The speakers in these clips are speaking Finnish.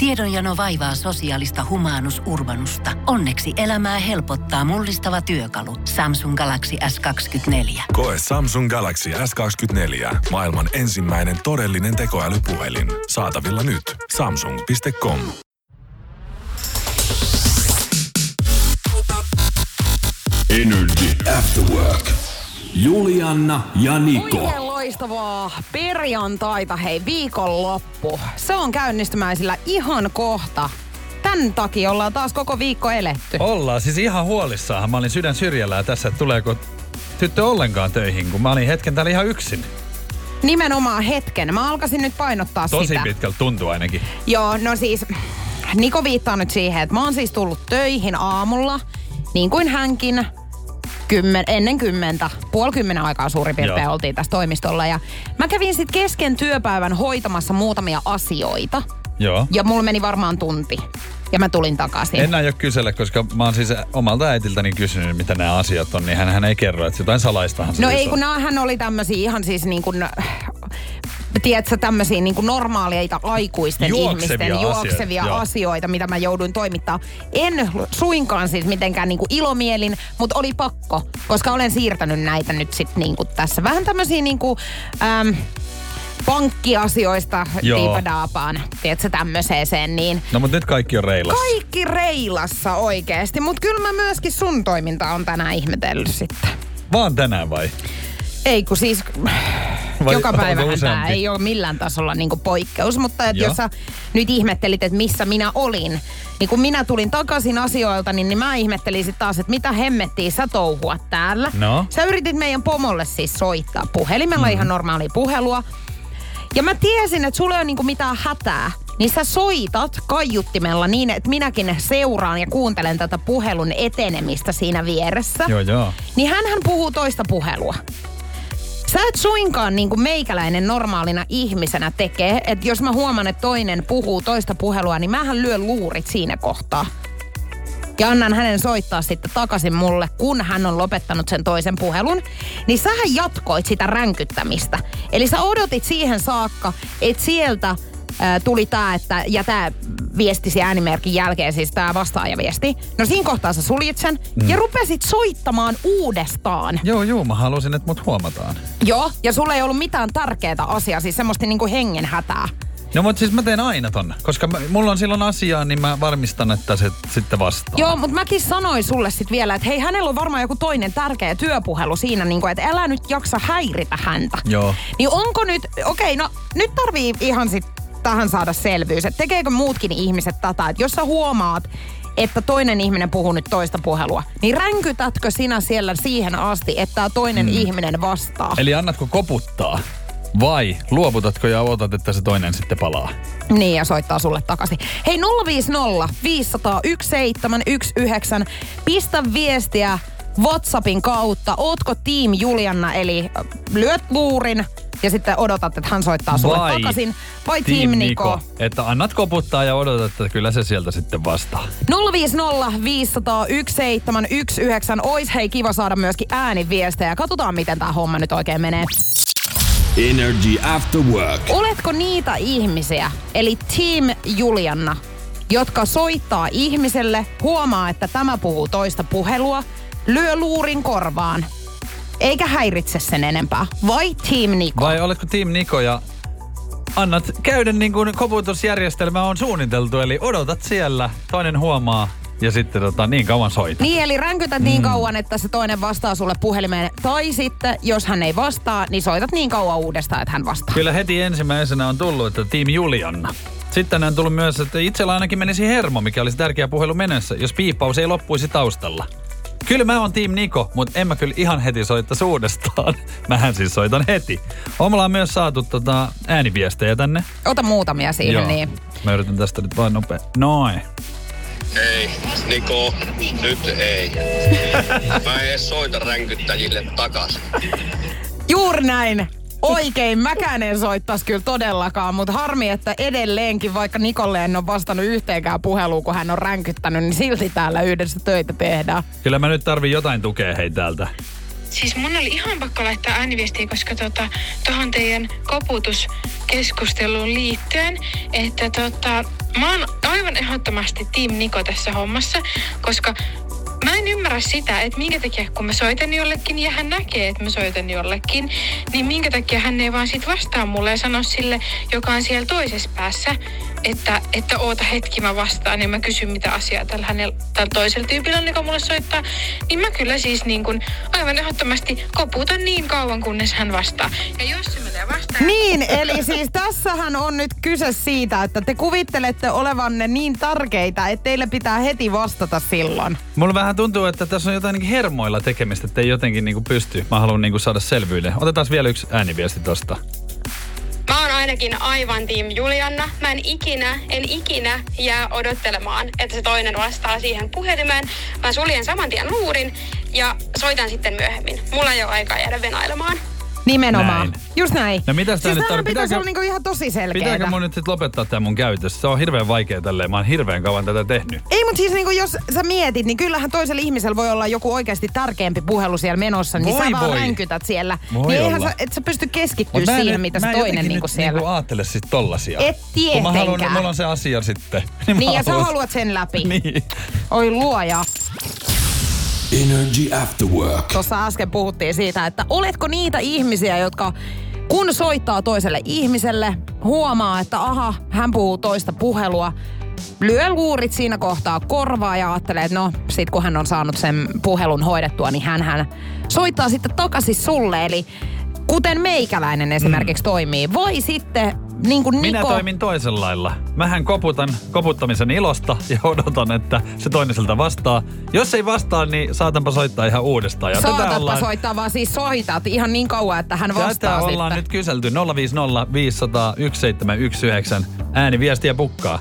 Tiedonjano vaivaa sosiaalista humanus urbanusta. Onneksi elämää helpottaa mullistava työkalu. Samsung Galaxy S24. Koe Samsung Galaxy S24. Maailman ensimmäinen todellinen tekoälypuhelin. Saatavilla nyt. Samsung.com. Energy After Work. Julianna ja Niko. Oikein loistavaa perjantaita, hei, viikonloppu. Se on käynnistymään sillä ihan kohta. Tän takia ollaan taas koko viikko eletty. Ollaan, siis ihan huolissaan. Mä olin sydän syrjällä tässä, että tuleeko tyttö ollenkaan töihin, kun mä olin hetken täällä ihan yksin. Nimenomaan hetken. Mä alkasin nyt painottaa Tosi sitä. Tosi pitkältä tuntuu ainakin. Joo, no siis Niko viittaa nyt siihen, että mä oon siis tullut töihin aamulla, niin kuin hänkin. Ennen 9:30 aikaa suurin piirtein oltiin tässä toimistolla. Ja mä kävin sitten kesken työpäivän hoitamassa muutamia asioita. Joo. Ja mulla meni varmaan tunti. Ja mä tulin takaisin. En aio kysellä, koska mä oon siis omalta äitiltäni kysynyt, mitä nämä asiat on, niin hän ei kerro, että jotain salaistahan se no ei, kun hän oli tämmösiä ihan siis niin kuin, tiedätkö, tämmösiä niin kuin normaaleita aikuisten ihmisten juoksevia asioita, mitä mä jouduin toimittaa. En suinkaan siis mitenkään niin kuin ilomielin, mutta oli pakko, koska olen siirtänyt näitä nyt sit niin kuin tässä. Vähän tämmösiä niin kuin, pankkiasioista diipadaapaan, tiedätkö, tämmöiseen, niin... No mut nyt kaikki on reilassa. Kaikki reilassa oikeesti, mut kyllä mä myöskin sun toimintaa on tänään ihmetellyt sitten. Vaan tänään vai? Ei kun siis... Vai joka päivähän tää ei ole millään tasolla niinku poikkeus, mutta jos sä nyt ihmettelit, että missä minä olin, niin kun minä tulin takaisin asioilta, niin mä ihmettelin sit taas, että mitä hemmettiä sä touhuat täällä. No? Sä yritit meidän pomolle siis soittaa puhelimella ihan normaalia puhelua. Ja mä tiesin, että sulla ei ole niinku mitään hätää. Niin sä soitat kaiuttimella niin, että minäkin seuraan ja kuuntelen tätä puhelun etenemistä siinä vieressä. Joo. Niin hänhän puhuu toista puhelua. Sä et suinkaan niin kuin meikäläinen normaalina ihmisenä tekee, että jos mä huomaan, että toinen puhuu toista puhelua, niin mähän lyön luurit siinä kohtaa. Ja annan hänen soittaa sitten takaisin mulle, kun hän on lopettanut sen toisen puhelun. Niin sähän jatkoit sitä ränkyttämistä. Eli sä odotit siihen saakka, että sieltä tuli tää, että, ja tää viestisi äänimerkin jälkeen, siis tää vastaajaviesti. No siinä kohtaa sä suljit sen ja rupesit soittamaan uudestaan. Joo, mä halusin, että mut huomataan. Joo, ja sulla ei ollut mitään tärkeää asiaa, siis semmoista niinku hengen hätää. No mutta siis mä teen aina ton, koska mulla on silloin asiaa, niin mä varmistan, että se sitten vastaa. Joo, mutta mäkin sanoin sulle sit vielä, että hei, hänellä on varmaan joku toinen tärkeä työpuhelu siinä, niin kuin, että älä nyt jaksa häiritä häntä. Joo. Niin onko nyt, okei, no nyt tarvii ihan sit tähän saada selvyys, että tekeekö muutkin ihmiset tätä, että jos sä huomaat, että toinen ihminen puhuu nyt toista puhelua, niin ränkytätkö sinä siellä siihen asti, että tämä toinen ihminen vastaa? Eli annatko koputtaa? Vai luovutatko ja odotat, että se toinen sitten palaa? Niin, ja soittaa sulle takaisin. Hei, 050 500 1719. Pistä viestiä WhatsAppin kautta. Ootko Team Julianna, eli lyöt luurin ja sitten odotat, että hän soittaa sulle takaisin. Vai Team Niko? Että annat koputtaa ja odotat, että kyllä se sieltä sitten vastaa. 050 500 1719. Ois hei kiva saada myöskin ääniviestejä. Katsotaan, miten tää homma nyt oikein menee. Energy After Work. Oletko niitä ihmisiä, eli Team Julianna, jotka soittaa ihmiselle, huomaa, että tämä puhuu toista puhelua, lyö luurin korvaan, eikä häiritse sen enempää? Vai Team Niko? Vai oletko Team Niko ja annat käydä niin kuin koputusjärjestelmä on suunniteltu, eli odotat siellä, toinen huomaa. Ja sitten niin kauan soitat. Niin, eli ränkytät niin kauan, että se toinen vastaa sulle puhelimeen. Tai sitten, jos hän ei vastaa, niin soitat niin kauan uudestaan, että hän vastaa. Kyllä heti ensimmäisenä on tullut, että Team Julianna. Sitten on tullut myös, että itsellä ainakin menisi hermo, mikä olisi tärkeä puhelu mennessä, jos piippaus ei loppuisi taustalla. Kyllä mä oon Team Niko, mutta en mä kyllä ihan heti soittaisi uudestaan. Mähän siis soitan heti. Ollaan myös saatu ääniviestejä tänne. Ota muutamia siihen. Joo. Niin. Mä yritän tästä nyt vaan nopea. Noin. Ei, Niko, nyt ei. Mä en edes soita ränkyttäjille takas. Juuri näin. Oikein, mäkään en soittaisi kyllä todellakaan, mutta harmi, että edelleenkin, vaikka Nikolle en ole vastannut yhteenkään puheluun, kun hän on ränkyttänyt, niin silti täällä yhdessä töitä tehdään. Kyllä mä nyt tarvin jotain tukea hei täältä. Siis mun oli ihan pakko laittaa ääniviestiä, koska tohon teidän koputuskeskusteluun liittyen, että mä oon aivan ehdottomasti Team Niko tässä hommassa, koska mä en ymmärrä sitä, että minkä takia kun mä soitan jollekin ja hän näkee, että mä soitan jollekin, niin minkä takia hän ei vaan sit vastaa mulle ja sano sille, joka on siellä toisessa päässä, että oota hetki, mä vastaan ja mä kysyn mitä asiaa tällä toisella tyypillä on, joka mulle soittaa. Niin mä kyllä siis niin kun aivan ehdottomasti koputan niin kauan, kunnes hän vastaa. Ja jos se menee vastaan... Niin, eli siis tässähän on nyt kyse siitä, että te kuvittelette olevanne niin tärkeitä, että teille pitää heti vastata silloin. Mulla vähän tuntuu, että tässä on jotain hermoilla tekemistä, että ei jotenkin niinku pysty. Mä haluan niinku saada selvyyden. Otetaan vielä yksi ääniviesti tosta. Mä oon ainakin aivan Team Julianna. Mä en ikinä jää odottelemaan, että se toinen vastaa siihen puhelimeen. Mä suljen saman tien luurin ja soitan sitten myöhemmin. Mulla ei ole aikaa jäädä venailemaan. Nimenomaan. Näin. Just näin. No mitäs tää siis nyt pitäisi olla niinku ihan tosi selkeää. Pitääkö mun nyt sit lopettaa tää mun käytös? Se on hirveän vaikea tälleen. Mä oon hirveän kauan tätä tehnyt. Ei, mutta siis niinku jos sä mietit, niin kyllähän toisella ihmisellä voi olla joku oikeasti tärkeämpi puhelu siellä menossa, niin sä vaan ränkytät siellä. Voi niin eihän olla. sä, et sä pysty keskittyä siihen, mitä se toinen niinku siellä. Mä en ajattele sit tollasia. Et tietenkään. Kun mulla on se asia sitten. Niin ja sä haluat sen läpi. Niin. Oi luoja. Energy After Work. Tuossa äsken puhuttiin siitä, että oletko niitä ihmisiä, jotka kun soittaa toiselle ihmiselle, huomaa, että aha, hän puhuu toista puhelua, lyö luurit siinä kohtaa korvaa ja ajattelee, että no, sit kun hän on saanut sen puhelun hoidettua, niin hän soittaa sitten takaisin sulle. Eli kuten meikäläinen esimerkiksi toimii, voi sitten niin kuin Niko... Minä toimin toisella lailla. Mähän koputan koputtamisen ilosta ja odotan, että se toinen siltä vastaa. Jos ei vastaa, niin saatanpa soittaa ihan uudestaan. Ja saatatpa soittaa, vaan siis soitat ihan niin kauan, että hän vastaa tätä sitten. Ollaan nyt kyselty 050 500 1719. Ääniviestiä pukkaa.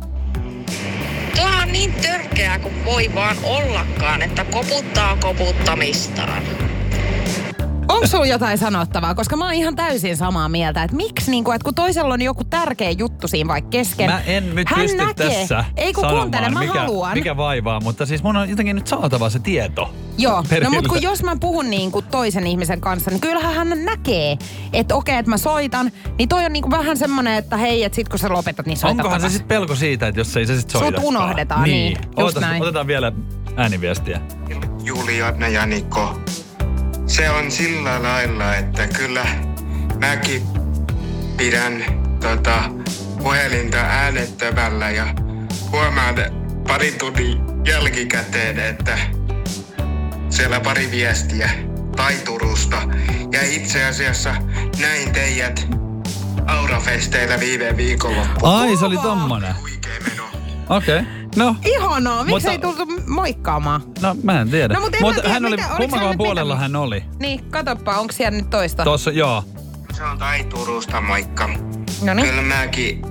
Tuo on niin törkeää kuin voi vaan ollakaan, että koputtaa koputtamistaan. Onko sulla jotain sanottavaa? Koska mä oon ihan täysin samaa mieltä, että miksi niinku, että kun toisella on joku tärkeä juttu siinä vaikka kesken. Mä en nyt hän pysty näkee. tässä Ei kun kuuntele, mä haluan. Mikä vaivaa, mutta siis mun on jotenkin nyt saatava se tieto. Joo, no mutta kun jos mä puhun niinku toisen ihmisen kanssa, niin kyllähän hän näkee, että okei, että mä soitan, niin toi on niinku vähän semmonen, että hei, että sit kun sä lopetat, niin soita Onkohan takas. se sit pelko siitä, että jos ei se sit soita? Sut unohdetaan, niin. Otetaan vielä ääniviestiä. Julianna ja Niko. Se on sillä lailla, että kyllä mäkin pidän puhelinta äänettömällä ja huomaan parin tunnin jälkikäteen, että siellä pari viestiä Taiturusta. Ja itse asiassa näin teidät Aurafesteillä viime viikonloppuna. Ai, se oli tommonen. Okei. No. Ihanaa, miksi ei tultu moikkaamaan? No, mä en tiedä. No, mutta hän oli, kummankaan puolella hän oli. Niin, katoppa, onko siellä nyt toista? Tossa, joo. Se on Taiturusta, moikka. Noniin. Kyllä mäkin,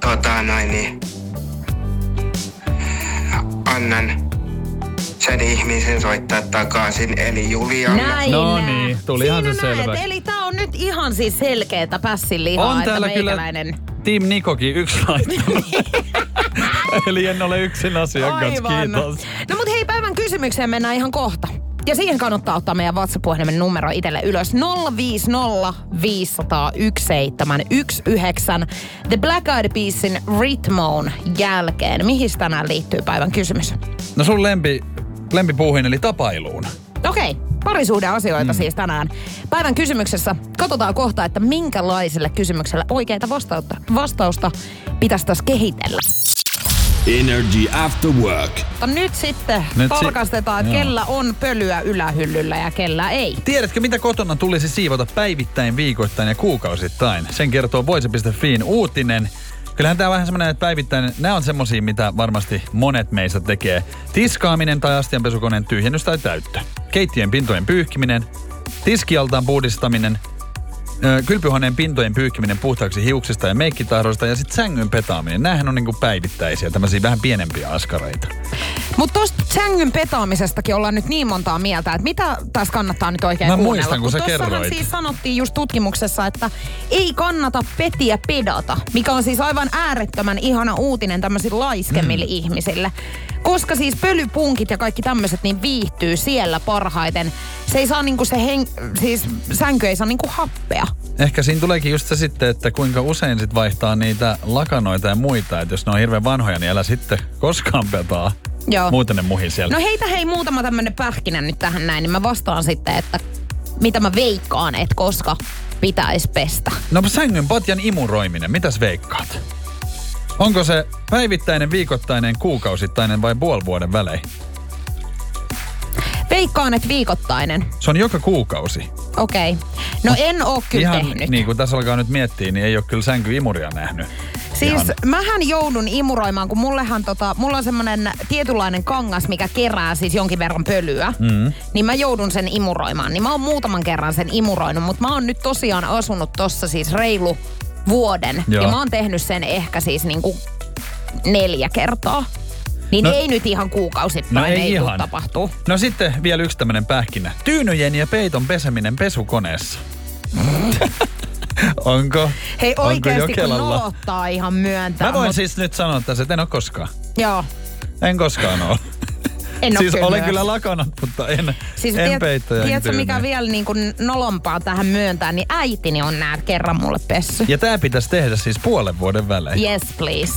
annan sen ihmisen soittaa takaisin, eli Julianna. Näin. No niin, tulihan se selvä. Eli tää on nyt ihan siis selkeetä pässinlihaa, on että täällä meikäläinen... kyllä Team Nikokin yksi laittanut. Eli en ole yksin asiakas, kiitos. No mut hei, päivän kysymykseen mennään ihan kohta. Ja siihen kannattaa ottaa meidän WhatsApp-puhelimen numero itselle ylös. 050 500 1719. The Black Eyed Peasin Rhythmon jälkeen. Mihin tänään liittyy päivän kysymys? No sun lempipuuhin eli tapailuun. Okei, parisuhdeasioita siis tänään. Päivän kysymyksessä katsotaan kohta, että minkälaiselle kysymykselle oikeita vastausta pitäisi taas kehitellä. Energy After Work. Nyt sitten tarkastetaan, että kellä on pölyä ylähyllyllä ja kellä ei. Tiedätkö, mitä kotona tulisi siivota päivittäin, viikoittain ja kuukausittain? Sen kertoo voise.fiin uutinen. Kyllähän tää on vähän semmoinen, että päivittäin, nämä on semmosia, mitä varmasti monet meistä tekee. Tiskaaminen tai astianpesukoneen tyhjennys tai täyttö. Keittiön pintojen pyyhkiminen, tiskialtaan puhdistaminen, kylpyhuoneen pintojen pyyhkiminen puhtaaksi hiuksista ja meikkitahroista ja sitten sängyn petaaminen. Nämähän on niinku päivittäisiä, tämmöisiä vähän pienempiä askareita. Mutta tosta sängyn petaamisestakin ollaan nyt niin montaa mieltä, että mitä tässä kannattaa nyt oikein kuunnella. Mä muistan, kun sä kerroit. Siis sanottiin just tutkimuksessa, että ei kannata petiä pedata, mikä on siis aivan äärettömän ihana uutinen tämmöisille laiskemmille ihmisille. Koska siis pölypunkit ja kaikki tämmöiset niin viihtyy siellä parhaiten. Se ei saa niinku siis sänky ei saa niinku happea. Ehkä siinä tuleekin just se sitten, että kuinka usein sit vaihtaa niitä lakanoita ja muita. Että jos ne on hirveän vanhoja, niin älä sitten koskaan petaa. Joo. Muuten ne muhin siellä. No heitä muutama tämmönen pähkinä nyt tähän näin, niin mä vastaan sitten, että mitä mä veikkaan, että koska pitäisi pestä. No sängyn patjan imuroiminen, mitäs veikkaat? Onko se päivittäinen, viikoittainen, kuukausittainen vai puoli vuoden välein? Veikkaan, että viikoittainen. Se on joka kuukausi. Okei. No en oo kyllä ihan tehnyt. Niin kuin tässä alkaa nyt miettiä, niin ei ole kyllä sänkyimuria nähnyt. Siis mähän joudun imuroimaan, kun mulla on semmonen tietynlainen kangas, mikä kerää siis jonkin verran pölyä. Niin mä joudun sen imuroimaan. Niin mä oon muutaman kerran sen imuroinut, mutta mä oon nyt tosiaan asunut tossa siis reilu vuoden. Joo. Ja mä oon tehnyt sen ehkä siis niinku 4 kertaa. Niin ei nyt ihan kuukausittain ei ihan tapahtuu. No sitten vielä yksi tämmönen pähkinä. Tyynyjen ja peiton peseminen pesukoneessa. Onko? Hei oikeesti kun Jokelalla nolottaa ihan myöntää. Mä voin siis nyt sanoa tässä, että en oo koskaan. Joo. En koskaan oo. En siis kyllä olen myös. kyllä lakanat, mutta en peittoja. Tiedätkö mikä vielä niin kuin nolompaa tähän myöntää, niin äitini on näet kerran mulle pessy. Ja tää pitäisi tehdä siis puolen vuoden välein. Yes please.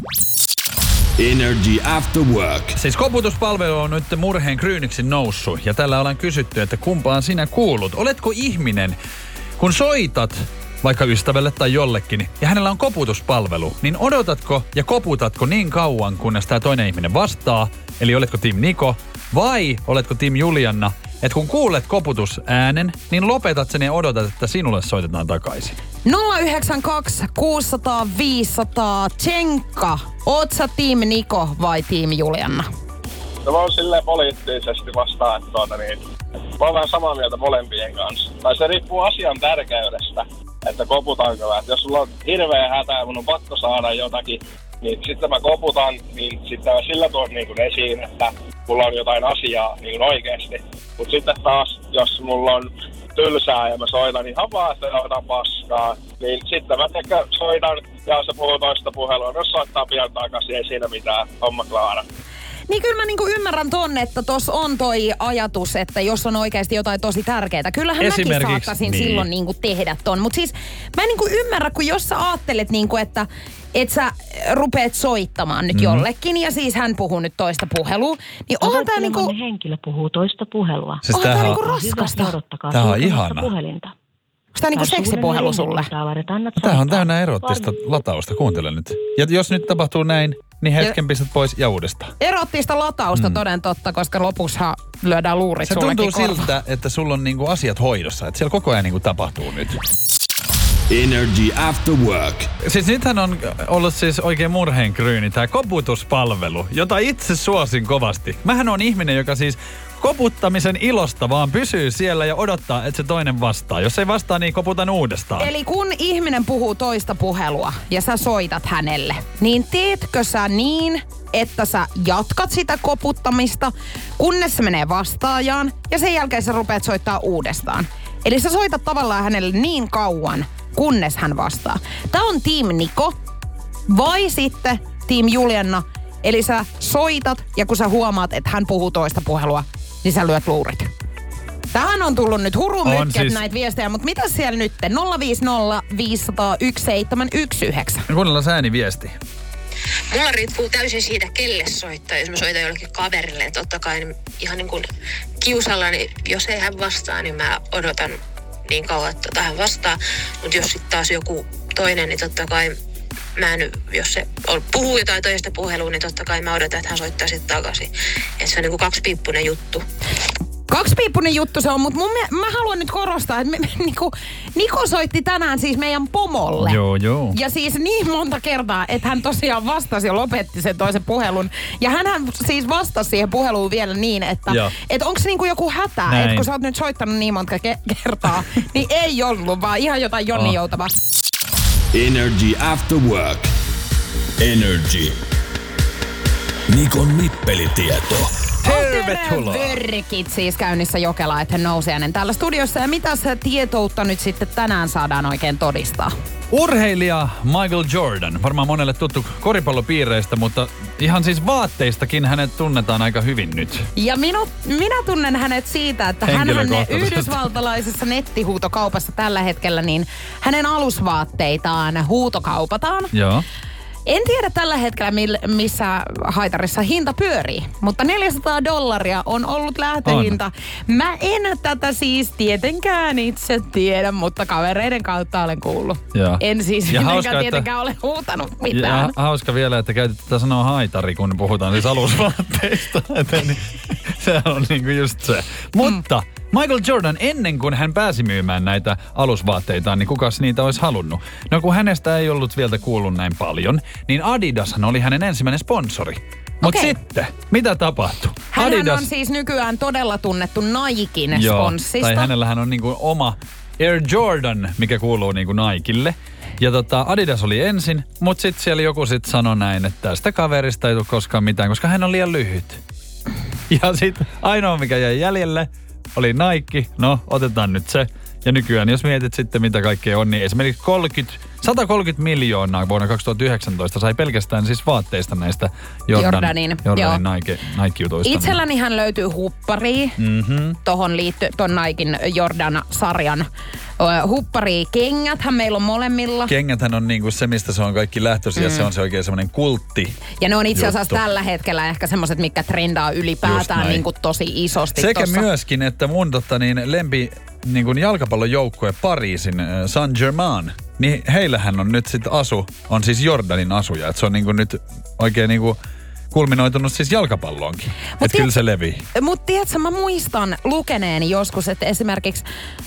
Energy After Work. Siis koputuspalvelu on nyt murheen kryyniksi noussut ja tällä ollaan kysytty, että kumpaan sinä kuulut. Oletko ihminen, kun soitat vaikka ystävälle tai jollekin ja hänellä on koputuspalvelu, niin odotatko ja koputatko niin kauan, kunnes tämä toinen ihminen vastaa? Eli oletko Team Niko vai oletko Team Julianna? Että kun kuulet koputusäänen, niin lopetat sen ja odotat, että sinulle soitetaan takaisin. 092 600 500 Tsenkka. Oot sä Team Niko vai Team Julianna? No mä oon silleen poliittisesti vastaan, että mä oon vähän samaa mieltä molempien kanssa. Tai se riippuu asian tärkeydestä, että koputaanko. Että jos sulla on hirveä hätä ja mun on pakko saada jotakin, niin sitten mä koputan, niin sitten mä sillä tuon niin esiin, että mulla on jotain asiaa niin oikeasti. Mutta sitten taas, jos mulla on tylsää ja mä soitan ihan vaan, että jotain paskaa, niin sitten mä ehkä soitan ja se puhuu toista puhelua. Jos soittaa pian takaisin, ei siinä mitään, homma klaara. Niin kyllä mä niinku ymmärrän ton, että tossa on toi ajatus, että jos on oikeasti jotain tosi tärkeää. Kyllähän mäkin saattaisin silloin niinku tehdä ton. Mut siis mä en niinku ymmärrä, kun jos sä ajattelet niinku, että sä rupeat soittamaan nyt jollekin ja siis hän puhuu nyt toista puhelua, niin onhan tää niinku... henkilö puhuu toista puhelua. Siis onhan tää niinku raskasta. Tää on ihana. Puhelinta. Onko tää niinku seksipuhelu sulle? Tää on täynnä erottista latausta, kuuntele nyt. Ja jos nyt tapahtuu näin, niin hetken pistät pois ja uudestaan. Erottista latausta toden totta, koska lopussa lyödään luurit se sullekin tuntuu siltä, että sulla on niinku asiat hoidossa. Että siellä koko ajan niinku tapahtuu nyt. Energy After Work. Siis nythän on ollut siis oikein murheenkryyni tää koputuspalvelu, jota itse suosin kovasti. Mähän on ihminen, joka siis koputtamisen ilosta vaan pysyy siellä ja odottaa, että se toinen vastaa. Jos ei vastaa, niin koputan uudestaan. Eli kun ihminen puhuu toista puhelua ja sä soitat hänelle, niin teetkö sä niin, että sä jatkat sitä koputtamista, kunnes se menee vastaajaan ja sen jälkeen sä rupeat soittaa uudestaan. Eli sä soitat tavallaan hänelle niin kauan, kunnes hän vastaa. Tää on Team Niko vai sitten Team Julianna. Eli sä soitat ja kun sä huomaat, että hän puhuu toista puhelua, niin sä lyöt luurit. Tähän on tullut nyt hurumytket siis näitä viestejä, mutta mitä siellä nyt? 050 500 1719. Kuunnellaan ääniviesti. Mulla riippuu täysin siitä, kelle soittaa. Jos mä soitan jollekin kaverille, että totta kai niin ihan niin kuin kiusalla, niin jos ei hän vastaa, niin mä odotan niin kauan, että hän vastaa. Mutta jos sitten taas joku toinen, niin totta kai mä en, jos se puhuu jotain toista puhelua, niin totta kai mä odotan, että hän soittaa sitten takaisin. Että se on niin kuin kaksipiippunen juttu. Kaksipiippunen juttu se on, mutta mä haluan nyt korostaa, että Niko soitti tänään siis meidän pomolle. Joo. Ja siis niin monta kertaa, että hän tosiaan vastasi ja lopetti sen toisen puhelun. Ja hänhän siis vastasi siihen puheluun vielä niin, että onko se niinku joku hätä, että kun sä oot nyt soittanut niin monta kertaa, niin ei ollut, vaan ihan jotain Jonni Joutava. Energy After Work. Energy. Nikon nippelitieto. Tervetuloa! Vörkit siis käynnissä Jokela, että Nousiainen täällä studiossa. Ja mitä se tietoutta nyt sitten tänään saadaan oikein todistaa? Urheilija Michael Jordan, varmaan monelle tuttu koripallopiireistä, mutta ihan siis vaatteistakin hänet tunnetaan aika hyvin nyt. Ja minä tunnen hänet siitä, että hän yhdysvaltalaisessa nettihuutokaupassa tällä hetkellä, niin hänen alusvaatteitaan huutokaupataan. Joo. En tiedä tällä hetkellä, missä haitarissa hinta pyörii, mutta $400 on ollut lähtöhinta. Mä en tätä siis tietenkään itse tiedä, mutta kavereiden kautta olen kuullut. Joo. En siis tietenkään ole huutanut mitään. Ja hauska vielä, että käytit tätä sanaa haitari, kun puhutaan siis alusvaatteista. Se on niinku just se. Mutta Michael Jordan, ennen kuin hän pääsi myymään näitä alusvaatteitaan, niin kukas niitä olisi halunnut? No kun hänestä ei ollut vielä kuullut näin paljon, niin Adidashan oli hänen ensimmäinen sponsori. Mutta sitten, mitä tapahtui? Hänhän on siis nykyään todella tunnettu Niken sponssista. Tai hänellähän on niinku oma Air Jordan, mikä kuuluu niinku Nikelle. Ja Adidas oli ensin, mutta sitten siellä joku sitten sanoi näin, että tästä kaverista ei tule koskaan mitään, koska hän on liian lyhyt. Ja sitten ainoa, mikä jäi jäljelle, oli Nike. No, otetaan nyt se. Ja nykyään, jos mietit sitten, mitä kaikkea on, niin esimerkiksi 130 miljoonaa vuonna 2019 sai pelkästään siis vaatteista näistä Jordanin Nike-jutuista. Itsellänihän löytyy huppari. Tohon liittyy ton Niken Jordan-sarjan huppari. Kengäthän meillä on molemmilla. Kengäthän on niinku se, mistä se on kaikki lähtöisiä. Se on se oikein semmoinen kultti. Ja ne on itse asiassa tällä hetkellä ehkä semmoiset, mitkä trendaa ylipäätään niinku tosi isosti. Sekä myöskin, että mun lempi niin kuin jalkapallojoukkue Pariisin Saint-Germain, niin heillähän on nyt sitten on siis Jordanin asuja. Että se on niin kuin nyt oikein niin kuin kulminoitunut siis jalkapalloonkin. Että kyllä se levii. Mutta tiedätkö, mä muistan lukeneeni joskus, että esimerkiksi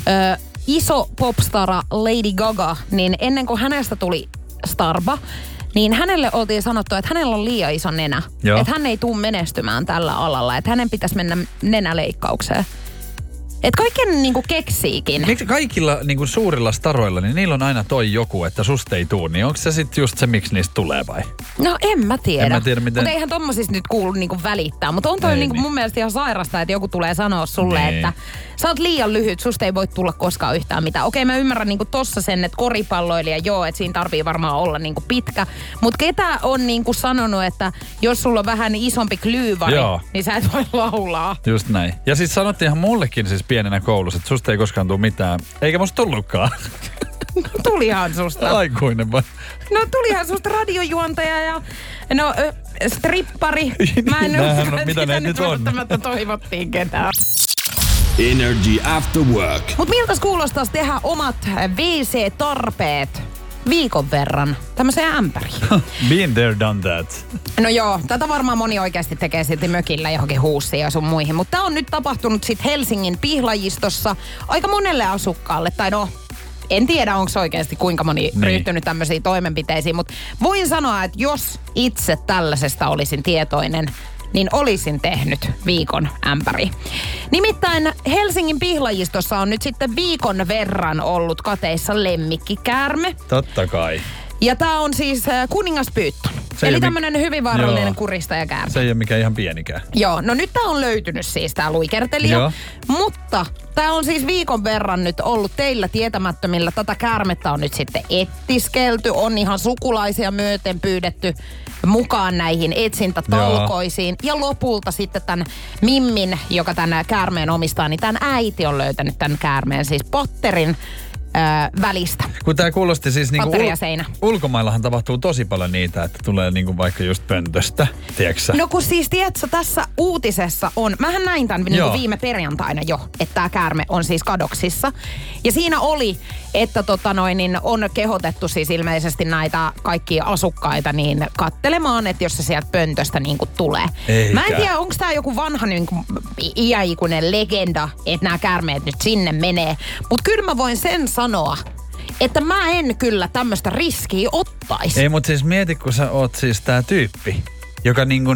iso popstara Lady Gaga, niin ennen kuin hänestä tuli starba, niin hänelle oltiin sanottu, että hänellä on liian iso nenä. Joo. Että hän ei tule menestymään tällä alalla. Että hänen pitäisi mennä nenäleikkaukseen. Että kaiken niinku keksiikin. Miksi kaikilla niinku suurilla staroilla, niin niillä on aina toi joku, että susta ei tuu, niin onko se sitten just se, miksi niistä tulee vai? No en mä tiedä. Miten... Mutta eihän tommosista nyt kuulu niinku välittää. Mutta on toi niinku mun mielestä ihan sairasta, että joku tulee sanoa sulle, että sä oot liian lyhyt, susta ei voi tulla koskaan yhtään mitään. Okei, mä ymmärrän niinku tossa sen, että koripalloilija, että siinä tarvii varmaan olla niinku pitkä. Mutta ketä on niinku sanonut, että jos sulla on vähän isompi klyyvari, niin sä et voi laulaa. Just näin. Ja siis sanottiinhan mullekin siis pienenä koulussa, että susta ei koskaan tule mitään. Eikä musta tullutkaan. No tulihan susta. Aikuinen vai? No tulihan susta radiojuontaja ja strippari. Mä en usko, että sitä nyt välttämättä toivottiin ketään. Energy After Work. Mut miltäs kuulostaisi tehdä omat WC-tarpeet viikon verran tämmöiseen ämpäriin? Been there, done that. No joo, tätä varmaan moni oikeasti tekee silti mökillä johonkin huussiin ja sun muihin. Mutta tää on nyt tapahtunut sit Helsingin Pihlajistossa aika monelle asukkaalle. Tai no, en tiedä onko oikeasti kuinka moni ryhtynyt tämmöisiin toimenpiteisiin. Mutta voin sanoa, että jos itse tällaisesta olisin tietoinen, niin olisin tehnyt viikon ämpäri. Nimittäin Helsingin Pihlajistossa on nyt sitten viikon verran ollut kateissa lemmikkikäärme. Totta kai. Ja tää on siis kuningaspyyttön. Eli tämmönen hyvin vaarallinen kuristajakäärme. Se ei ole mikään ihan pienikään. Joo, no nyt tää on löytynyt siis tää luikertelija. Joo. Mutta tää on siis viikon verran nyt ollut teillä tietämättömillä. Tätä käärmettä on nyt sitten ettiskelty. On ihan sukulaisia myöten pyydetty mukaan näihin etsintätalkoisiin. Ja lopulta sitten tämän Mimmin, joka tämän käärmeen omistaa, niin tämän äiti on löytänyt tämän käärmeen, siis Potterin välistä. Kun tää kuulosti siis niinku seinä. Ulkomaillahan tapahtuu tosi paljon niitä, että tulee niinku vaikka just pöntöstä, tiedätkö? No kun siis tiedätkö, tässä uutisessa on, mähän näin tämän niinku viime perjantaina jo, että tää käärme on siis kadoksissa. Ja siinä oli, että on kehotettu siis ilmeisesti näitä kaikkia asukkaita niin kattelemaan, että jos se sieltä pöntöstä niinku tulee. Eikä. Mä en tiedä, onko tää joku vanha niinku iäikuinen legenda, että nämä käärmeet nyt sinne menee. Mut kyllä mä voin sen sanoa, että mä en kyllä tämmöistä riskiä ottaisi. Ei, mutta siis mieti, kun sä oot siis tää tyyppi, joka niin kuin,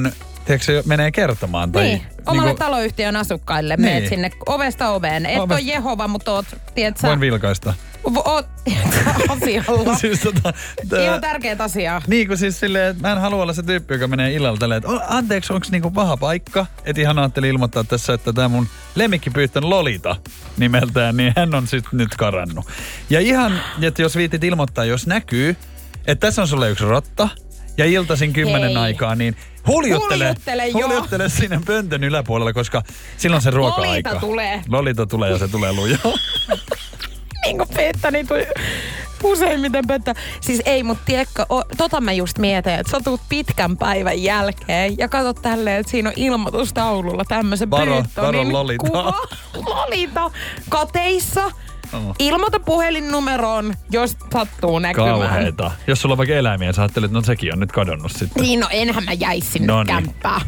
tiedätkö, menee kertomaan. Tai, niin, omalle taloyhtiön asukkaille meet sinne ovesta oveen. Et ole Jehova, mutta oot, tiedätkö... Voin vilkaista. Oot asialla. Siis ihan tärkeät asiaa. Niin kuin siis silleen, että mä en halua olla se tyyppi, joka menee illalla tälleen, että anteeksi, onko niinku paha paikka? Et ihan ajattelin ilmoittaa tässä, että tää mun lemmikkipyyhtön Lolita nimeltään, niin hän on sitten nyt karannut. Ja ihan, että jos viitit ilmoittaa, jos näkyy, että tässä on sulle yksi rotta, ja iltaisin 10 aikaa, niin huljuttele sinne pöntön yläpuolella, koska silloin se ruoka-aika. Lolita tulee ja se tulee lujaa. Niin kuin Pettani tuli useimmiten pönttä. Siis ei, mutta tiedätkö, tota mä just mietin, että sä tuut pitkän päivän jälkeen ja katsot tälleen, että siinä on ilmoitustaululla tämmöisen Pettanin kuva. Lolita kateissa. Ilmoita puhelinnumeroon, jos sattuu näkymään. Kauheeta. Jos sulla on vaikka eläimiä, sä ajattelet, että no sekin on nyt kadonnut sitten. Niin, no enhän mä jäisi sinne kämppään.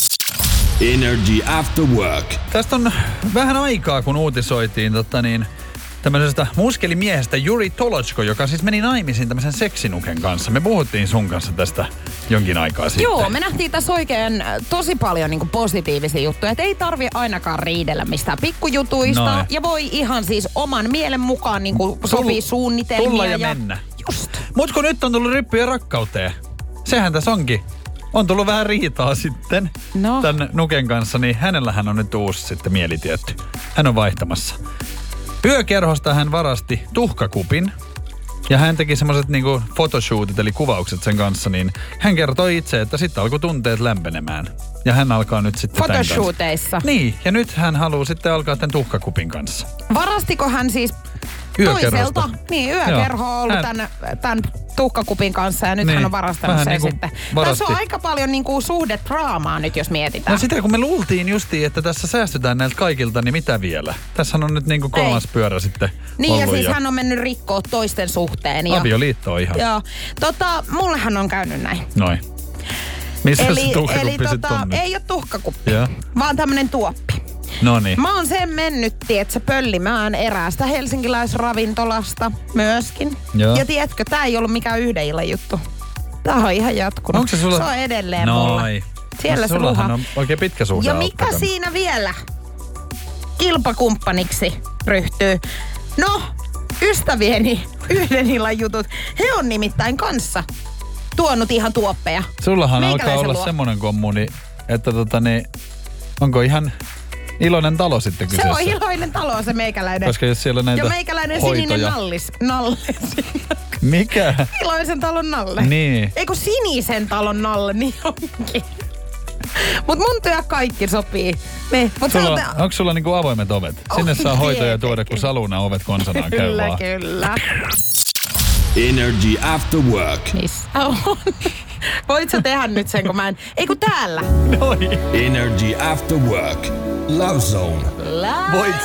Energy After Work. Tästä on vähän aikaa, kun uutisoitiin tämmöisestä muskelimiehestä Yuri Tolotsko, joka siis meni naimisiin tämmöisen seksinuken kanssa. Me puhuttiin sun kanssa tästä jonkin aikaa sitten. Joo, me nähtiin tässä oikein tosi paljon niinku positiivisia juttuja. Että ei tarvi ainakaan riidellä mistään pikkujutuista. No. Ja voi ihan siis oman mielen mukaan niinku sopii suunnitelmia. Tulla ja mennä. Just. Mut kun nyt on tullut ryppyjä rakkauteen. Sehän tässä onkin. On tullut vähän riitaa sitten tän nuken kanssa, niin hänellähän on nyt uusi sitten mielitietty. Hän on vaihtamassa. Yökerhosta hän varasti tuhkakupin ja hän teki semmoiset niinku photoshootit eli kuvaukset sen kanssa, niin hän kertoi itse, että sitten alkoi tunteet lämpenemään. Ja hän alkaa nyt sitten photoshooteissa? Niin, ja nyt hän haluaa sitten alkaa tämän tuhkakupin kanssa. Varastiko hän siis toiselta? Niin, yökerho on ollut tämän tuhkakupin kanssa ja nyt hän on varastanut sen niin sitten. Tässä on aika paljon niinku suhdedraamaa nyt, jos mietitään. No sitä kun me luultiin justiin, että tässä säästytään näiltä kaikilta, niin mitä vielä? Tässä on nyt niinku kolmas pyörä sitten niin ollut. Ja siis hän on mennyt rikkoa toisten suhteen. Avioliitto on ihan. Joo. Mullehan on käynyt näin. Noin. Missä se tuhkakuppi sitten on nyt? Ei ole tuhkakuppi, vaan tämmönen tuoppi. Noniin. Mä oon sen mennyt, tietsä, pöllimään eräästä helsinkiläisravintolasta myöskin. Joo. Ja tiedätkö, tää ei ollut mikään yhden illan juttu. Tää on ihan jatkunut. Onko se sulla? Se on edelleen mulla. Siellä se ruha. On oikein pitkä suhde. Ja mikä siinä vielä kilpakumppaniksi ryhtyy? No, ystävieni yhden illan jutut. He on nimittäin kanssa tuonut ihan tuoppeja. Sullahan alkaa olla semmonen kommuni, että onko ihan iloinen talo sitten kyseessä? Se on iloinen talo se meikäläinen. Koska jos siellä näitä ja meikäläinen sininen nalle. Mikä? Iloisen talon nalle. Niin. Eikö sinisen talon nalle, niin onkin. Mut mun työ kaikki sopii. Onko sulla niinku avoimet ovet? Sinne saa hoitoja tuoda, kun saluna ovet konsanaan käy vaan. Kyllä. Energy After Work. Missä on? Voit sä tehdä nyt sen, kun mä en... Ei kun täällä. Noin. Energy After Work. Love Zone. Voit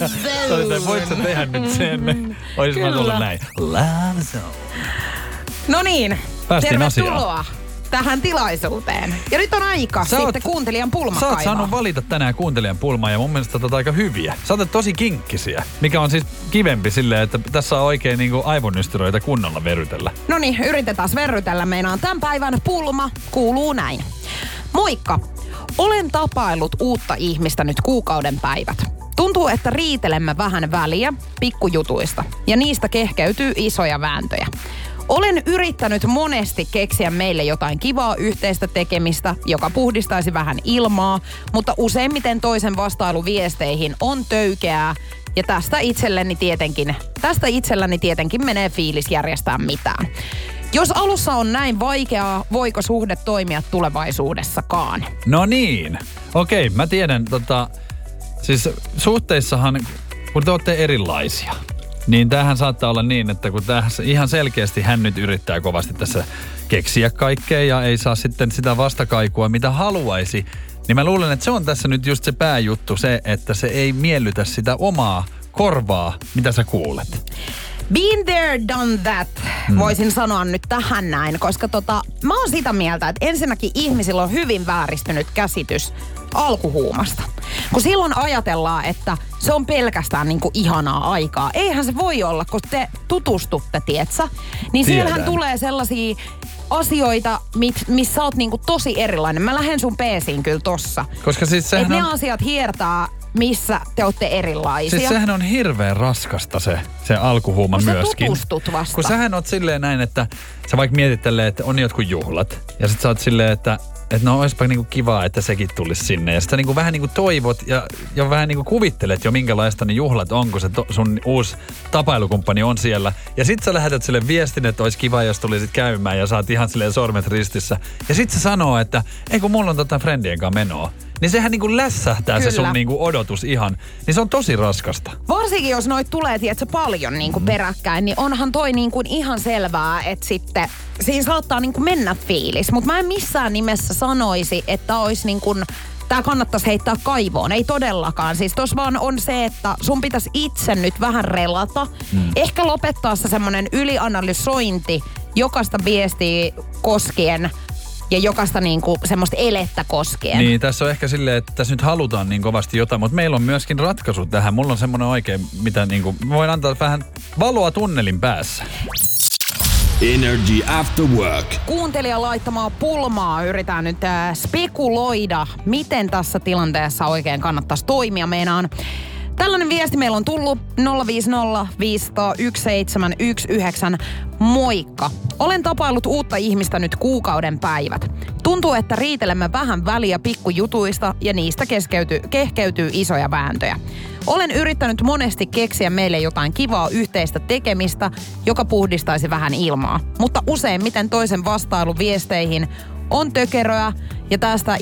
sä tehdä nyt sen? Ois mä tullut näin. Love Zone. No niin. Päästiin asiaan. Tervetuloa tähän tilaisuuteen. Ja nyt on aika sitten kuuntelijan pulma kaivaa. Sä oot saanut valita tänään kuuntelijan pulmaa ja mun mielestä aika hyviä. Sä oot tosi kinkkisiä, mikä on siis kivempi silleen, että tässä on oikein niinku aivonystyröitä kunnolla verrytellä. No niin, yritetään verrytellä. Meinaan tämän päivän pulma kuuluu näin. Moikka! Olen tapaillut uutta ihmistä nyt kuukauden päivät. Tuntuu, että riitelemme vähän väliä pikkujutuista ja niistä kehkeytyy isoja vääntöjä. Olen yrittänyt monesti keksiä meille jotain kivaa yhteistä tekemistä, joka puhdistaisi vähän ilmaa, mutta useimmiten toisen vastailu viesteihin on töykeää ja tästä itselläni tietenkin menee fiilis järjestää mitään. Jos alussa on näin vaikeaa, voiko suhde toimia tulevaisuudessakaan? No niin. Okei, mä tiedän, siis suhteissahan, kun te olette erilaisia, niin tämähän saattaa olla niin, että kun tässä ihan selkeästi hän nyt yrittää kovasti tässä keksiä kaikkea ja ei saa sitten sitä vastakaikua, mitä haluaisi, niin mä luulen, että se on tässä nyt just se pääjuttu, se, että se ei miellytä sitä omaa korvaa, mitä sä kuulet. Been there, done that, voisin sanoa nyt tähän näin, koska mä oon sitä mieltä, että ensinnäkin ihmisillä on hyvin vääristynyt käsitys alkuhuumasta. Kun silloin ajatellaan, että se on pelkästään niinku ihanaa aikaa. Eihän se voi olla, kun te tutustutte, tietsä. Niin siellähän tulee sellaisia asioita, missä sä oot niinku tosi erilainen. Mä lähden sun peesiin kyllä tossa. Koska siis sehän ne asiat hiertää, missä te ootte erilaisia. Siis sehän on hirveän raskasta se alkuhuuma kun myöskin. Kun sä tutustut vasta. Kun sähän oot silleen näin, että sä vaikka mietit tälleen, että on jotkut juhlat. Ja sit sä oot silleen, että no oispa niinku kivaa, että sekin tulisi sinne. Ja sit sä niinku vähän niinku toivot ja vähän niinku kuvittelet jo minkälaista ne juhlat on, kun se sun uusi tapailukumppani on siellä. Ja sit sä lähetät sille viestin, että olisi kiva, jos tulisit käymään ja saat ihan silleen sormet ristissä. Ja sit se sanoo, että ei kun mulla on friendien kanssa menoa. Niin sehän niinku lässähtää se sun niinku odotus ihan. Niin se on tosi raskasta. Varsinkin jos noit tulee, tiedätkö, paljon niinku peräkkäin, niin onhan toi niinku ihan selvää, että sitten siinä saattaa niinku mennä fiilis. Mutta mä en missään nimessä sanoisi, että olisi niinku, tää kannattaisi heittää kaivoon. Ei todellakaan. Siis tossa vaan on se, että sun pitäisi itse nyt vähän relata. Ehkä lopettaa se semmonen ylianalysointi jokaista viestiä koskien ja jokaista niinku semmoista elettä koskien. Niin, tässä on ehkä silleen, että tässä nyt halutaan niin kovasti jotain, mutta meillä on myöskin ratkaisu tähän. Mulla on semmoinen oikein, mitä niinku, voin antaa vähän valoa tunnelin päässä. Energy After Work. Kuuntelija laittamaa pulmaa yritän nyt spekuloida, miten tässä tilanteessa oikein kannattaisi toimia. Meinaan tällainen viesti meillä on tullut 050 500 1719. Moikka. Olen tapaillut uutta ihmistä nyt kuukauden päivät. Tuntuu, että riitelemme vähän väliä pikkujutuista ja niistä kehkeytyy isoja vääntöjä. Olen yrittänyt monesti keksiä meille jotain kivaa yhteistä tekemistä, joka puhdistaisi vähän ilmaa. Mutta useimmiten toisen vastailu viesteihin on tökeröä ja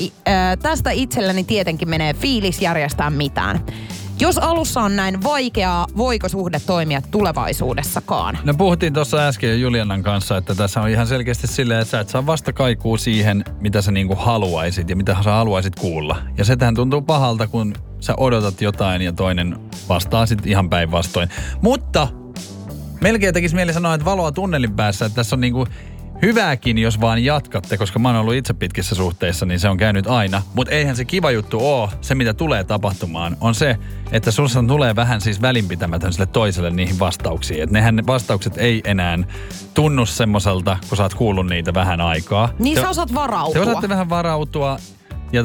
tästä itselleni tietenkin menee fiilis järjestää mitään. Jos alussa on näin vaikeaa, voiko suhde toimia tulevaisuudessakaan? No puhuttiin tuossa äsken Julianan kanssa, että tässä on ihan selkeästi silleen, että sä et saa vastakaikua siihen, mitä sä niinku haluaisit ja mitä sä haluaisit kuulla. Ja setähän tuntuu pahalta, kun sä odotat jotain ja toinen vastaa sit ihan päinvastoin. Mutta melkein tekisi mieli sanoa, että valoa tunnelin päässä, että tässä on niinku hyvääkin, jos vaan jatkatte, koska mä oon ollut itse pitkissä suhteissa, niin se on käynyt aina. Mutta eihän se kiva juttu oo. Se, mitä tulee tapahtumaan, on se, että sussa tulee vähän siis välinpitämätön sille toiselle niihin vastauksiin. Että nehän ne vastaukset ei enää tunnu semmoiselta, kun sä oot kuullut niitä vähän aikaa. Niin sä osaat varautua. Te osaatte vähän varautua ja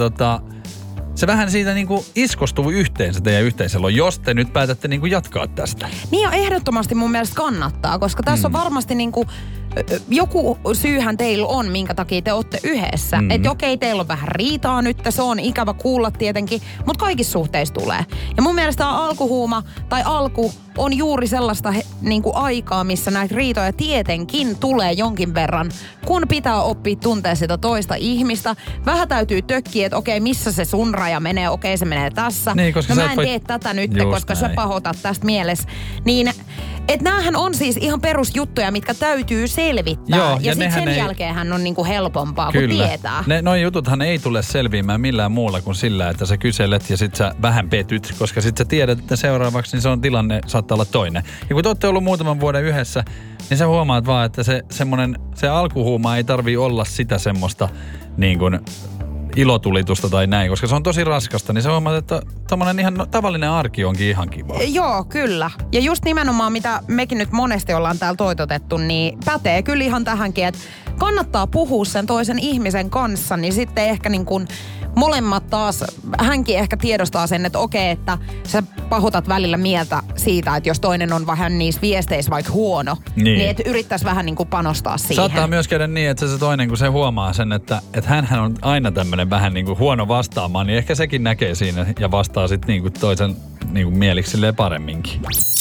se vähän siitä niinku iskostuu yhteen se teidän yhteiselo, jos te nyt päätätte niinku jatkaa tästä. Niin ja ehdottomasti mun mielestä kannattaa, koska tässä on varmasti niinku joku syyhän teillä on, minkä takia te olette yhdessä. Että okei, teillä on vähän riitaa nyt, se on ikävä kuulla tietenkin, mutta kaikissa suhteissa tulee. Ja mun mielestä alkuhuuma tai alku on juuri sellaista niinku aikaa, missä näitä riitoja tietenkin tulee jonkin verran, kun pitää oppia tuntea sitä toista ihmistä. Vähän täytyy tökkiä, että okei, missä se sun raja menee, okei, se menee tässä. Niin, no mä en tee tätä nyt, koska näin. Sä pahoitat tästä mielessä. Niin, että näähän on siis ihan perusjuttuja, mitkä täytyy selvittää. Joo, ja sitten sen jälkeenhän on niinku helpompaa, kun tietää. Noi jututhan ei tule selviämään millään muulla kuin sillä, että sä kyselet ja sit sä vähän petyt, koska sit sä tiedät, että seuraavaksi niin se on tilanne, saattaa olla toinen. Ja kun te olette ollut muutaman vuoden yhdessä, niin sä huomaat vaan, että se alkuhuuma ei tarvii olla sitä semmoista niin kuin ilotulitusta tai näin, koska se on tosi raskasta, niin sä huomaat, että tommonen ihan tavallinen arki onkin ihan kiva. Joo, kyllä. Ja just nimenomaan, mitä mekin nyt monesti ollaan täällä toitotettu, niin pätee kyllä ihan tähänkin, että kannattaa puhua sen toisen ihmisen kanssa, niin sitten ehkä niin kuin molemmat taas, hänkin ehkä tiedostaa sen, että okei, että sä pahoitat välillä mieltä siitä, että jos toinen on vähän niissä viesteissä vaikka huono, niin että yrittäisi vähän niin kuin panostaa siihen. Saattaa myös käydä niin, että se toinen, kun se huomaa sen, että hänhän on aina tämmöinen vähän niin kuin huono vastaamaan, niin ehkä sekin näkee siinä ja vastaa sitten niin kuin toisen niin kuin mieliksi silleen paremminkin.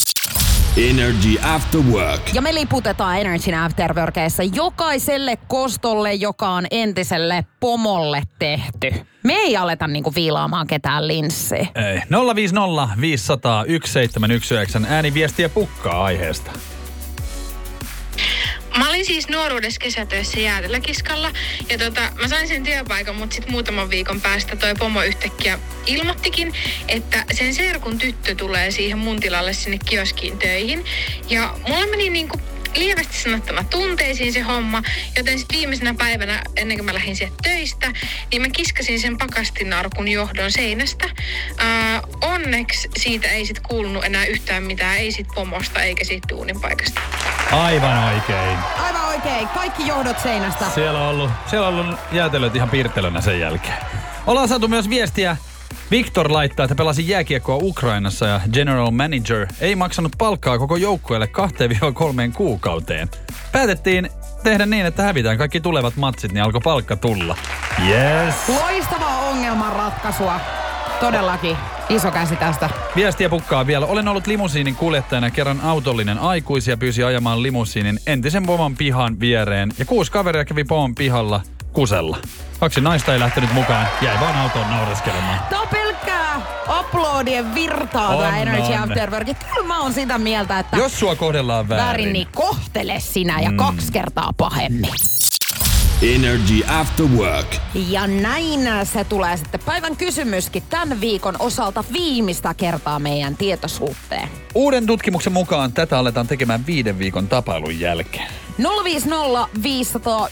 Energy After Work. Ja me liputetaan Energy After Workissa jokaiselle kostolle, joka on entiselle pomolle tehty. Me ei aleta niinku viilaamaan ketään linssiä. Ei. 050 500 1719. Ääniviestiä pukkaa aiheesta. Mä olin siis nuoruudessa kesätöissä jäätelökiskalla ja mä sain sen työpaikan, mutta sitten muutaman viikon päästä toi pomo yhtäkkiä ilmoittikin, että sen serkun tyttö tulee siihen mun tilalle sinne kioskiin töihin. Ja mulla meni niinku lievästi sanottuna tunteisiin se homma, joten sitten viimeisenä päivänä, ennen kuin mä lähdin sieltä töistä, niin mä kiskasin sen pakastinarkun johdon seinästä. Onneksi siitä ei sit kuulunut enää yhtään mitään, ei sit pomosta eikä siitä duuninpaikasta. Aivan oikein. Aivan oikein. Kaikki johdot seinästä. Siellä on ollut jäätelöt ihan pirtelönä sen jälkeen. Ollaan saatu myös viestiä. Viktor laittaa, että pelasi jääkiekkoa Ukrainassa ja general manager ei maksanut palkkaa koko joukkueelle 2-3 kuukauteen. Päätettiin tehdä niin, että hävitään kaikki tulevat matsit, niin alkoi palkka tulla. Yes. Loistavaa ongelmanratkaisua. Todellakin. Iso käsi tästä. Viestiä pukkaa vielä. Olen ollut limusiinin kuljettajana kerran autollinen aikuisia, pyysi ajamaan limusiinin entisen pomon pihan viereen. Ja 6 kaveria kävi pomon pihalla kusella. 2 naista ei lähtenyt mukaan, jäi vaan autoon naureskelemaan. Tää on pelkkää uploadien virtaa tää Energy After Work. Kyllä mä oon sitä mieltä, että jos sua kohdellaan väärin, niin kohtele sinä ja 2 kertaa pahemmin. Energy After Work. Ja näin se tulee sitten päivän kysymyskin tämän viikon osalta viimeistä kertaa meidän tietoisuuteen. Uuden tutkimuksen mukaan tätä aletaan tekemään 5 viikon tapailun jälkeen. 050 500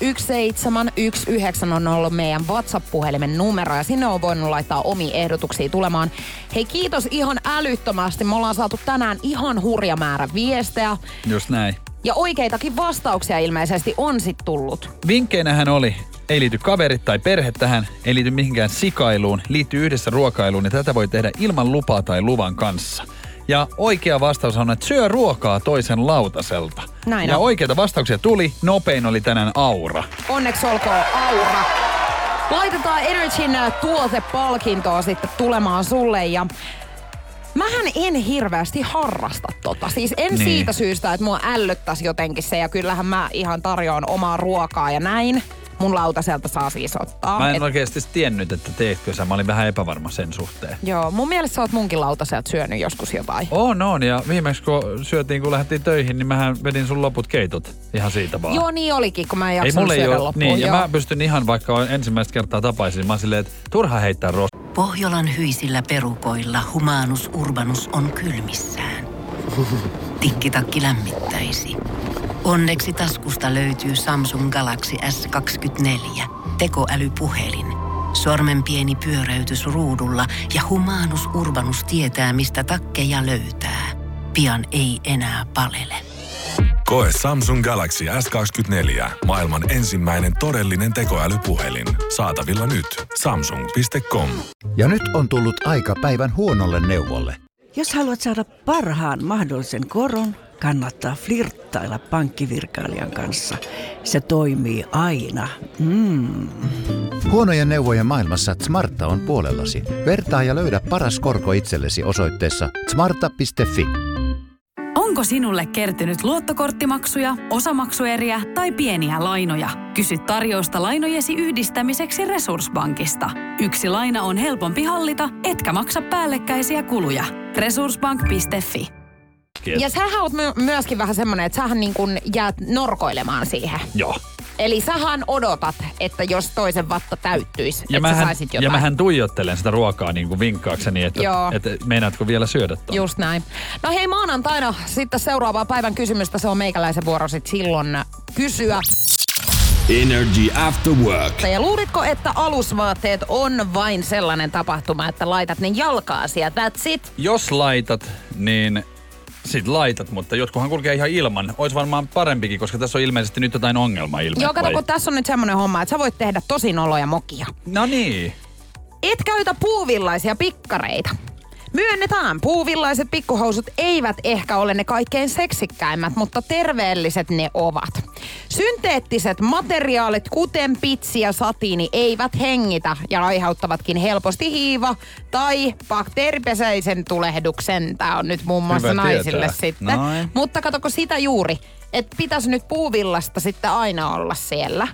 1719 on ollut meidän WhatsApp-puhelimen numero ja sinne on voinut laittaa omia ehdotuksia tulemaan. Hei, kiitos ihan älyttömästi. Me ollaan saatu tänään ihan hurja määrä viestejä. Just näin. Ja oikeitakin vastauksia ilmeisesti on sit tullut. Vinkkeinähän oli, ei liity kaverit tai perhe tähän, ei liity mihinkään sikailuun, liittyy yhdessä ruokailuun ja tätä voi tehdä ilman lupaa tai luvan kanssa. Ja oikea vastaus on, että syö ruokaa toisen lautaselta. Näin ja on. oikeita vastauksia tuli, nopein oli tänään Aura. Onneksi olkoon Aura. Laitetaan Energyn tuotepalkintoa sitten tulemaan sulle ja mähän en hirveästi harrasta tota. Siis en niin. Siitä syystä, että mua ällöttäisi jotenkin se ja kyllähän mä ihan tarjoan omaa ruokaa ja näin. Mun lautaselta saa siis ottaa. Mä en oikeasti tiennyt, että teetkö sä. Mä olin vähän epävarma sen suhteen. Joo, mun mielestä sä oot munkin lautaselta syönyt joskus jotain. On. Ja viimeksi kun syötiin, kun lähdettiin töihin, niin mähän vedin sun loput keitot ihan siitä vaan. Joo, niin olikin, kun mä en jaksanut syödä loppuun. Niin, joo. ja mä pystyn ihan, vaikka ensimmäistä kertaa tapaisin, mä silleen, että turha heittää Pohjolan hyisillä perukoilla Humanus Urbanus on kylmissään. Tikkitakki lämmittäisi. Onneksi taskusta löytyy Samsung Galaxy S24. Tekoälypuhelin. Sormenpieni pyöräytys ruudulla ja Humanus Urbanus tietää, mistä takkeja löytää. Pian ei enää palele. Koe Samsung Galaxy S24. Maailman ensimmäinen todellinen tekoälypuhelin. Saatavilla nyt. Samsung.com. Ja nyt on tullut aika päivän huonolle neuvolle. Jos haluat saada parhaan mahdollisen koron, kannattaa flirttailla pankkivirkailijan kanssa. Se toimii aina. Huonojen neuvojen maailmassa Smarta on puolellasi. Vertaa ja löydä paras korko itsellesi osoitteessa smarta.fi. Onko sinulle kertynyt luottokorttimaksuja, osamaksueriä tai pieniä lainoja? Kysy tarjousta lainojesi yhdistämiseksi Resurssbankista. Yksi laina on helpompi hallita, etkä maksa päällekkäisiä kuluja. Resurssbank.fi. Ja sähän oot myöskin vähän semmonen, että sähän niin kun jäät norkoilemaan siihen. Joo. Eli sähän odotat, että jos toisen vatta täyttyisi, että sä saisit jotain. Ja mähän tuijottelen sitä ruokaa niin kuin vinkkaakseni, että meinaatko vielä syödä tuon. Just näin. No hei, maanantaina sitten seuraavaa päivän kysymystä, se on meikäläisen vuoro sit silloin kysyä. Energy After Work. Ja luulitko, että alusvaatteet on vain sellainen tapahtuma, että laitat ne jalkaasi ja that's it? Jos laitat, niin sit laitat, mutta jotkuhan kulkee ihan ilman. Ois varmaan parempikin, koska tässä on ilmeisesti nyt jotain ongelmaa ilman. Joo, kato, kun tässä on nyt semmoinen homma, että sä voit tehdä tosi noloja mokia. No niin. Et käytä puuvillaisia pikkareita. Myönnetään, puuvillaiset pikkuhousut eivät ehkä ole ne kaikkein seksikkäimmät, mutta terveelliset ne ovat. Synteettiset materiaalit, kuten pitsi ja satiini, eivät hengitä ja aiheuttavatkin helposti hiiva- tai bakteeripesäisen tulehduksen. Tää on nyt muun muassa hyvä naisille tietää. sitten. Noin. Mutta katoko sitä juuri, että pitäisi nyt puuvillasta sitten aina olla siellä.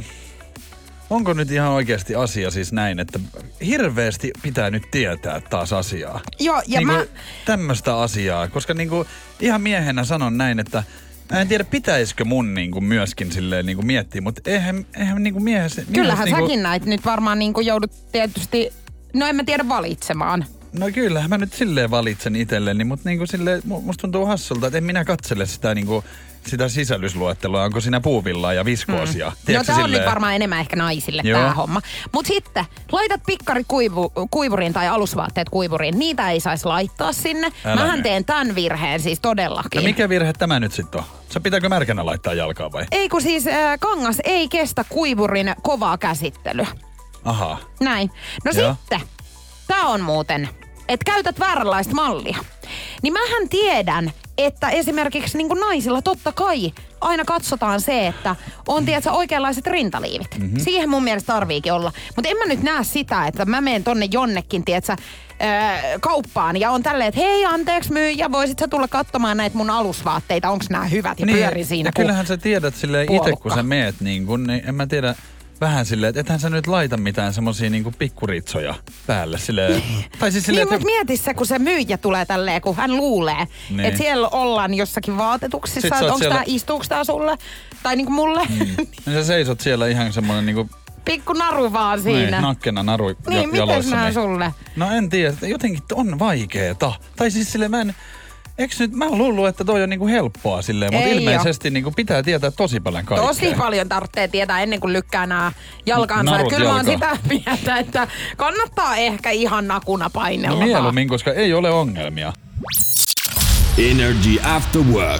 Onko nyt ihan oikeasti asia siis näin, että hirveästi pitää nyt tietää taas asiaa? Joo, ja niin mä... tämmöistä asiaa, koska niinku ihan miehenä sanon näin, että mä en tiedä pitäisikö mun niinku myöskin silleen niinku miettiä, mutta eihän niinku miehessä... Kyllähän niinku... säkin näit nyt varmaan niinku joudut tietysti, no en mä tiedä valitsemaan. No kyllähän mä nyt silleen valitsen itselleni, mutta niinku silleen, musta tuntuu hassulta, että en minä katsele sitä niinku sitä sisällysluettelua, onko siinä puuvillaa ja viskoosia. No tää on nyt varmaan enemmän ehkä naisille tää homma. Mut sitten, laitat pikkarit kuivuriin tai alusvaatteet kuivuriin, niitä ei saisi laittaa sinne. Mähän teen tän virheen siis todellakin. No mikä virhe tämä nyt sitten on? Pitääkö märkänä laittaa jalkaan vai? Ei kun siis kangas ei kestä kuivurin kovaa käsittelyä. Ahaa. Näin. No sitten, tää on muuten, että käytät vääränlaista mallia. Niin mähän tiedän, että esimerkiksi niin kuin naisilla totta kai aina katsotaan se, että on tiedätkö, oikeanlaiset rintaliivit. Mm-hmm. Siihen mun mielestä tarviikin olla. Mutta en mä nyt näe sitä, että mä menen tonne jonnekin, tiedätkö, kauppaan ja on tälleen, että hei anteeksi myyjä, voisit sä tulla katsomaan näitä mun alusvaatteita, onks nää hyvät ja niin, pyöri siinä. Ja kyllähän sä tiedät silleen itse, kun sä meet niin en mä tiedä, vähän silleen, että ethän sä nyt laita mitään semmosia niinku pikkuritsoja päälle silleen. Tai siis silleen, niin, mutta mieti se, kun se myyjä tulee tälleen, kun hän luulee, niin. Että siellä ollaan jossakin vaatetuksissa, että onko siellä istuuks tää sulle? Tai niinku mulle. Ja sä seisot siellä ihan semmonen niinku pikku naru vaan siinä. Niin, nakkena naru niin, jaloissa. Niin, miten sulle? No en tiedä, jotenkin on vaikeeta. Tai siis silleen mä oon luullut, että toi on niinku helppoa silleen, mutta ilmeisesti niinku pitää tietää tosi paljon kaikkea. Tosi paljon tarvitsee tietää ennen kuin lykkää nää jalkansa. Kyllä mä oon sitä mieltä, että kannattaa ehkä ihan nakuna painella. No mieluummin, koska ei ole ongelmia. Energy After Work.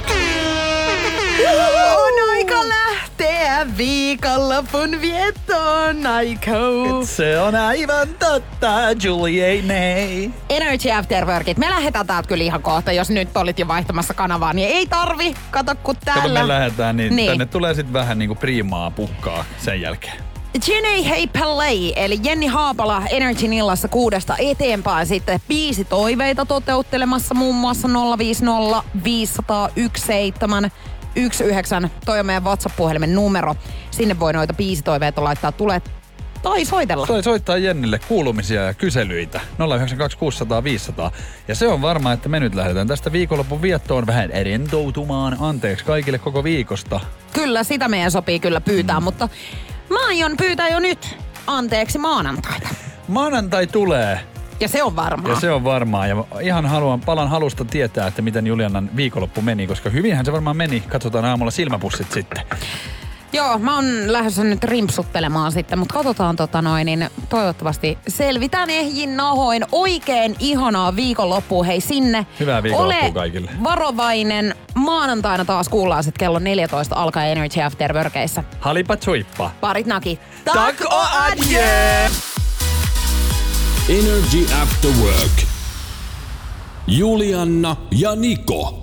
On aika lähteä viikonlopun viettoon, Aiko. Se on aivan totta, Juliane. Energy After Workit. Me lähdetään täältä kyllä ihan kohta, jos nyt olit jo vaihtamassa kanavaa, niin ei tarvi. Kato, kun täällä. Kato, me lähdetään, niin tänne tulee sitten vähän niinku priimaa pukkaa sen jälkeen. Jenny Hey Play, eli Jenni Haapala Energyn illassa 6 eteenpäin sitten biisi toiveita toteuttelemassa muun muassa 050 500 1719. Toi on meidän WhatsApp-puhelimen numero. Sinne voi noita biisitoiveita laittaa tulee tai soitella. Tai soittaa Jennille kuulumisia ja kyselyitä. 092 600 500. Ja se on varma, että me nyt lähdetään tästä viikonlopun viettoon vähän rentoutumaan. Anteeksi kaikille koko viikosta. Kyllä, sitä meidän sopii kyllä pyytää, mutta mä aion pyytää jo nyt anteeksi maanantaita. Maanantai tulee. Ja se on varmaa. Ja se on varmaa. Ja ihan palan halusta tietää, että miten Julianan viikonloppu meni, koska hyvinhän se varmaan meni. Katsotaan aamulla silmäpussit sitten. Joo, mä oon lähdössä nyt rimpsuttelemaan sitten, mutta katsotaan niin toivottavasti selvitään ehjin nahoin. Oikein ihanaa viikonloppua hei sinne. Hyvää viikonloppua kaikille. Varovainen. Maanantaina taas kuullaan sitten kello 14 alkaa Energy After Workissa. Halipa tsuippa. Parit naki. Tack och adjö! Energy After Work. Julianna ja Niko.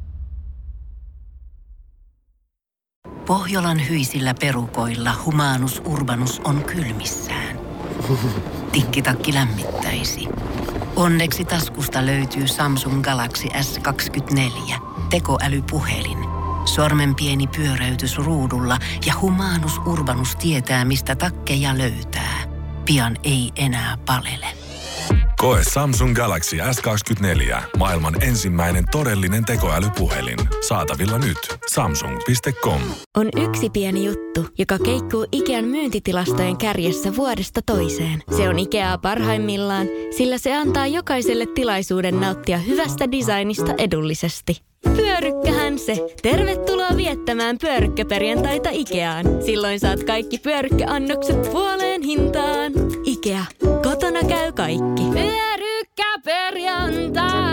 Pohjolan hyisillä perukoilla Humanus Urbanus on kylmissään. Tikkitakki lämmittäisi. Onneksi taskusta löytyy Samsung Galaxy S24. Tekoälypuhelin. Sormen pieni pyöräytys ruudulla ja Humanus Urbanus tietää, mistä takkeja löytää. Pian ei enää palele. Koe Samsung Galaxy S24. Maailman ensimmäinen todellinen tekoälypuhelin. Saatavilla nyt. Samsung.com. On yksi pieni juttu, joka keikkuu Ikean myyntitilastojen kärjessä vuodesta toiseen. Se on Ikeaa parhaimmillaan, sillä se antaa jokaiselle tilaisuuden nauttia hyvästä designista edullisesti. Pyörykkähän se. Tervetuloa viettämään pyörykkäperjantaita Ikeaan. Silloin saat kaikki pyörykkäannokset puoleen hintaan. Ikea. Kotona käy kaikki. Pyörykkäperjantai.